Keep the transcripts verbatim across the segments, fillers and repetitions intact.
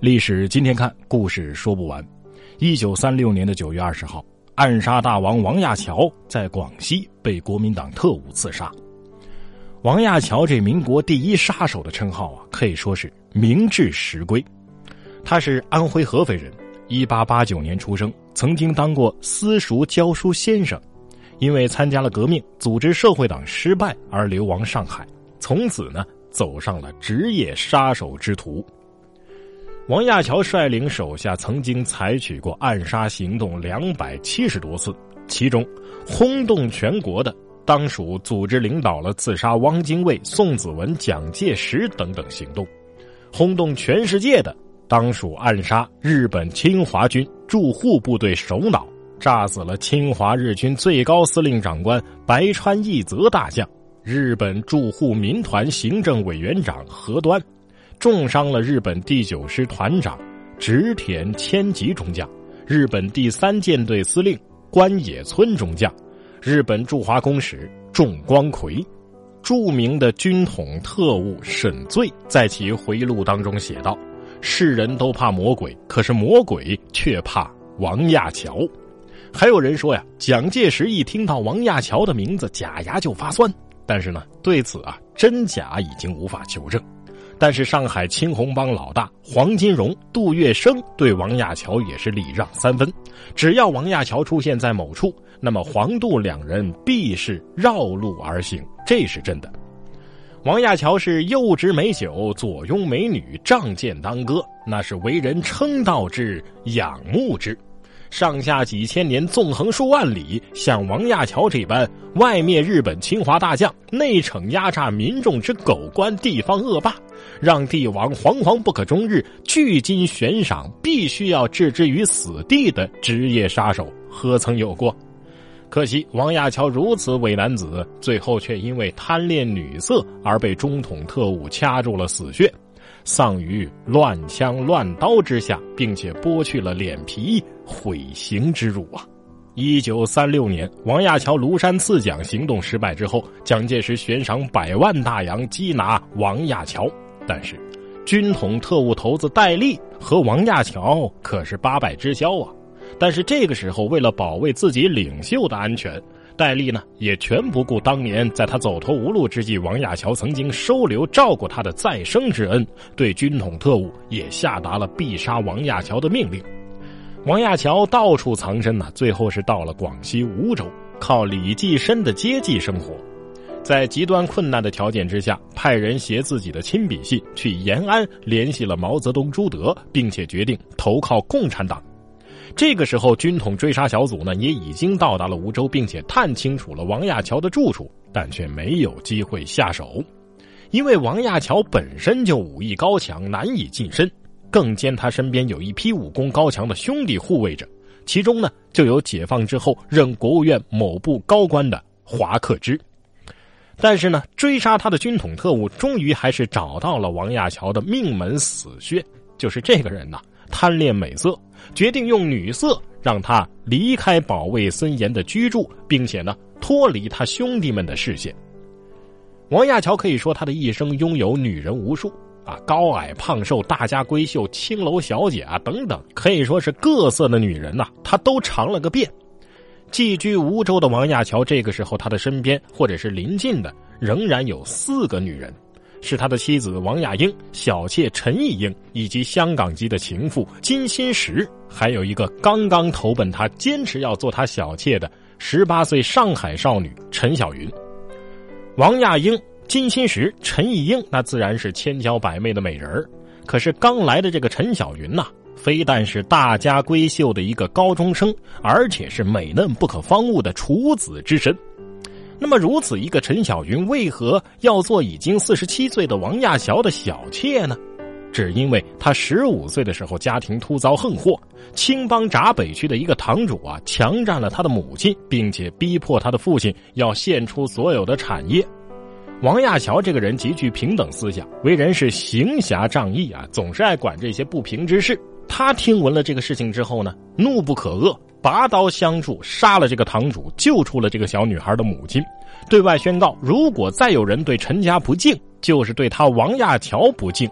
历史今天看，故事说不完。一九三六年的九月二十号，暗杀大王王亚樵在广西被国民党特务刺杀。王亚樵这民国第一杀手的称号啊，可以说是名至实归。他是安徽合肥人，一八八九年出生，曾经当过私塾教书先生，因为参加了革命，组织社会党失败而流亡上海，从此呢走上了职业杀手之途。王亚樵率领手下曾经采取过暗杀行动两百七十多次，其中轰动全国的当属组织领导了刺杀汪精卫、宋子文、蒋介石等等行动；轰动全世界的当属暗杀日本侵华军驻沪部队首脑，炸死了侵华日军最高司令长官白川义则大将，日本驻沪民团行政委员长何端，重伤了日本第九师团长植田千吉中将，日本第三舰队司令关野村中将，日本驻华公使重光葵。著名的军统特务沈醉在其回忆录当中写道，世人都怕魔鬼，可是魔鬼却怕王亚樵。还有人说呀，蒋介石一听到王亚樵的名字，假牙就发酸，但是呢，对此啊，真假已经无法求证。但是上海青红帮老大黄金荣、杜月笙对王亚樵也是礼让三分，只要王亚樵出现在某处，那么黄杜两人必是绕路而行，这是真的。王亚樵是幼殖美酒，左拥美女，仗剑当歌，那是为人称道之，仰慕之。上下几千年，纵横数万里，像王亚樵这般外灭日本侵华大将，内惩压榨民众之狗官地方恶霸，让帝王惶惶不可终日，巨金悬赏，必须要置之于死地的职业杀手，何曾有过？可惜王亚樵如此伪男子，最后却因为贪恋女色而被中统特务掐住了死穴，丧于乱枪乱刀之下，并且剥去了脸皮，悔刑之辱啊！一九三六年，王亚樵庐山刺蒋行动失败之后，蒋介石悬赏百万大洋缉拿王亚樵，但是军统特务头子戴笠和王亚樵可是八拜之交啊！但是这个时候，为了保卫自己领袖的安全，戴笠呢也全不顾当年在他走投无路之际，王亚樵曾经收留照顾他的再生之恩，对军统特务也下达了必杀王亚樵的命令。王亚樵到处藏身呢，最后是到了广西梧州，靠李济深的接济生活。在极端困难的条件之下，派人携自己的亲笔信去延安联系了毛泽东、朱德，并且决定投靠共产党。这个时候，军统追杀小组呢也已经到达了梧州，并且探清楚了王亚樵的住处，但却没有机会下手，因为王亚樵本身就武艺高强，难以近身，更兼他身边有一批武功高强的兄弟护卫着，其中呢就有解放之后任国务院某部高官的华克之。但是呢，追杀他的军统特务终于还是找到了王亚樵的命门死穴，就是这个人呐，贪恋美色，决定用女色让他离开保卫森严的居住，并且呢脱离他兄弟们的视线。王亚樵可以说他的一生拥有女人无数啊，高矮胖瘦、大家闺秀、青楼小姐啊等等，可以说是各色的女人呐、啊，他都尝了个遍。寄居梧州的王亚樵，这个时候他的身边或者是邻近的仍然有四个女人，是他的妻子王亚英、小妾陈义英，以及香港籍的情妇金心石，还有一个刚刚投奔他、坚持要做他小妾的十八岁上海少女陈小云。王亚英、金心石、陈义英，那自然是千娇百媚的美人儿。可是刚来的这个陈小云呐，非但是大家闺秀的一个高中生，而且是美嫩不可方物的处子之身。那么如此一个陈小云，为何要做已经四十七岁的王亚樵的小妾呢？只因为他十五岁的时候家庭突遭横祸，青帮闸北区的一个堂主啊强占了他的母亲，并且逼迫他的父亲要献出所有的产业。王亚樵这个人极具平等思想，为人是行侠仗义啊，总是爱管这些不平之事。他听闻了这个事情之后呢，怒不可遏，拔刀相助，杀了这个堂主，救出了这个小女孩的母亲，对外宣告，如果再有人对陈家不敬，就是对他王亚樵不敬，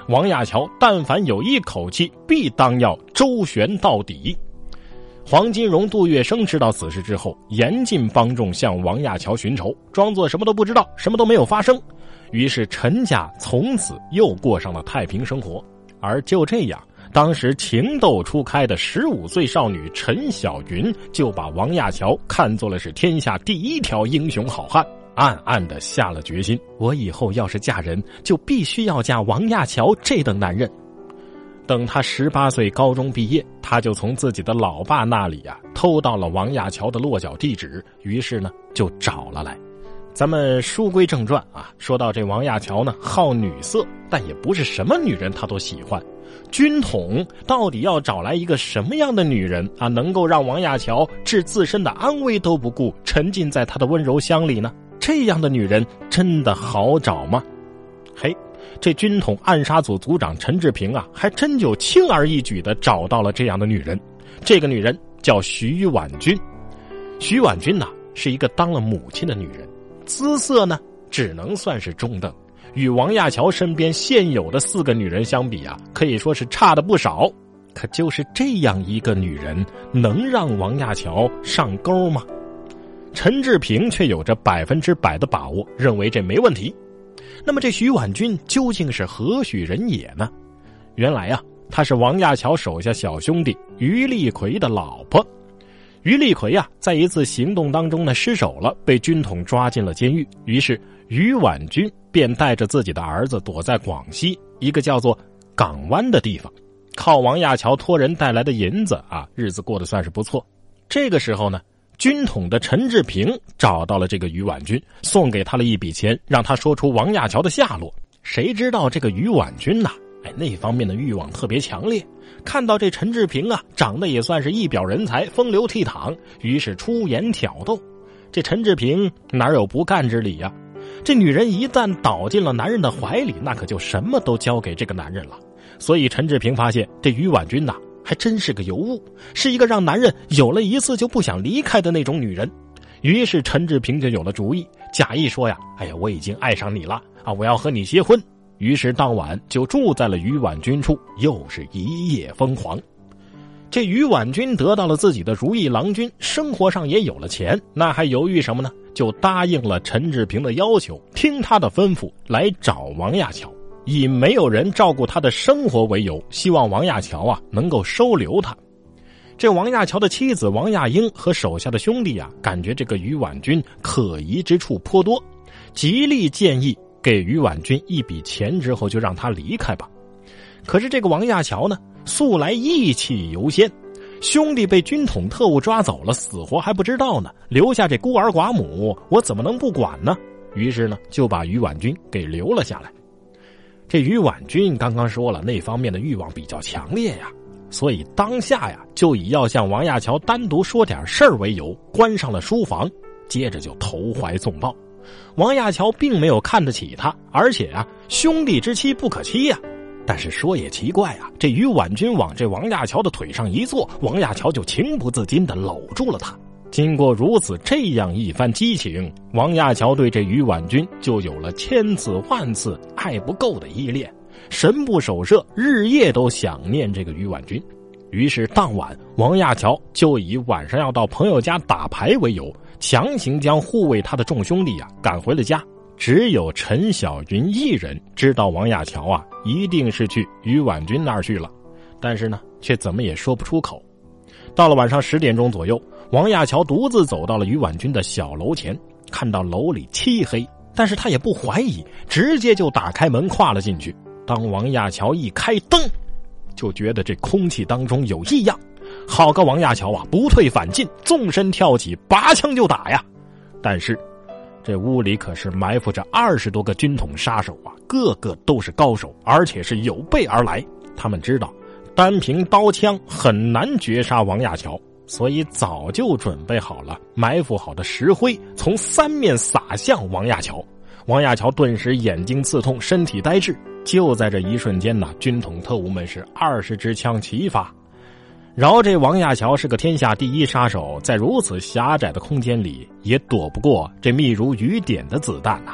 王亚樵但凡有一口气，必当要周旋到底。黄金荣、杜月笙知道此事之后，严禁帮众向王亚樵寻仇，装作什么都不知道，什么都没有发生。于是陈家从此又过上了太平生活。而就这样，当时情窦初开的十五岁少女陈小云就把王亚樵看作了是天下第一条英雄好汉，暗暗地下了决心，我以后要是嫁人，就必须要嫁王亚樵这等男人。等他十八岁高中毕业，他就从自己的老爸那里啊偷到了王亚樵的落脚地址，于是呢就找了来。咱们书归正传啊，说到这王亚樵呢好女色，但也不是什么女人他都喜欢。军统到底要找来一个什么样的女人啊，能够让王亚樵置自身的安危都不顾，沉浸在他的温柔乡里呢？这样的女人真的好找吗？嘿，这军统暗杀组组长陈志平啊，还真就轻而易举地找到了这样的女人。这个女人叫徐婉君。徐婉君呢，是一个当了母亲的女人，姿色呢只能算是中等，与王亚樵身边现有的四个女人相比啊，可以说是差的不少。可就是这样一个女人，能让王亚樵上钩吗？陈志平却有着百分之百的把握，认为这没问题。那么这徐婉君究竟是何许人也呢？原来啊，她是王亚樵手下小兄弟于立奎的老婆。于立奎啊，在一次行动当中呢失手了，被军统抓进了监狱。于是于婉君便带着自己的儿子躲在广西一个叫做港湾的地方，靠王亚樵托人带来的银子啊，日子过得算是不错。这个时候呢，军统的陈志平找到了这个于婉君，送给他了一笔钱，让他说出王亚樵的下落。谁知道这个于婉君呐、啊，哎，那方面的欲望特别强烈，看到这陈志平啊，长得也算是一表人才，风流倜傥，于是出言挑逗。这陈志平哪有不干之理呀、啊？这女人一旦倒进了男人的怀里，那可就什么都交给这个男人了。所以陈志平发现这于婉君呐、啊，还真是个尤物，是一个让男人有了一次就不想离开的那种女人。于是陈志平就有了主意，假意说呀，哎呀，我已经爱上你了啊，我要和你结婚。于是当晚就住在了于婉君处，又是一夜疯狂。这于婉君得到了自己的如意郎君，生活上也有了钱，那还犹豫什么呢？就答应了陈志平的要求，听他的吩咐来找王亚樵，以没有人照顾他的生活为由，希望王亚樵啊能够收留他。这王亚樵的妻子王亚英和手下的兄弟啊，感觉这个于婉君可疑之处颇多，极力建议给于婉君一笔钱之后就让他离开吧。可是这个王亚樵呢，素来义气犹先，兄弟被军统特务抓走了，死活还不知道呢，留下这孤儿寡母，我怎么能不管呢？于是呢，就把于婉君给留了下来。这于婉君刚刚说了，那方面的欲望比较强烈呀，所以当下呀，就以要向王亚樵单独说点事儿为由，关上了书房，接着就投怀送抱。王亚樵并没有看得起他，而且啊，兄弟之妻不可欺呀。但是说也奇怪啊，这于婉君往这王亚樵的腿上一坐，王亚樵就情不自禁地搂住了他。经过如此这样一番激情，王亚樵对这于婉君就有了千次万次爱不够的依恋，神不守舍，日夜都想念这个于婉君。于是当晚，王亚樵就以晚上要到朋友家打牌为由，强行将护卫他的众兄弟啊赶回了家。只有陈小云一人知道王亚樵啊一定是去于婉君那儿去了，但是呢却怎么也说不出口。到了晚上十点钟左右，王亚樵独自走到了于婉君的小楼前，看到楼里漆黑，但是他也不怀疑，直接就打开门跨了进去。当王亚樵一开灯，就觉得这空气当中有异样。好个王亚樵啊，不退反进，纵身跳起，拔枪就打呀。但是这屋里可是埋伏着二十多个军统杀手啊，个个都是高手，而且是有备而来。他们知道单凭刀枪很难绝杀王亚樵，所以早就准备好了埋伏好的石灰，从三面撒向王亚樵。王亚樵顿时眼睛刺痛，身体呆滞。就在这一瞬间呢，军统特务们是二十支枪齐发。饶这王亚樵是个天下第一杀手，在如此狭窄的空间里也躲不过这密如雨点的子弹呐、啊。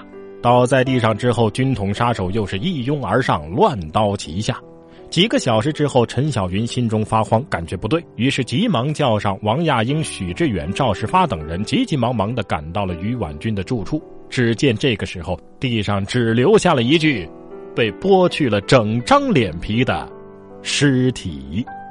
倒在地上之后，军统杀手又是一拥而上，乱刀齐下。几个小时之后，陈小云心中发慌，感觉不对，于是急忙叫上王亚英、许志远、赵世发等人，急急忙忙地赶到了于婉君的住处。只见这个时候，地上只留下了一具被剥去了整张脸皮的尸体。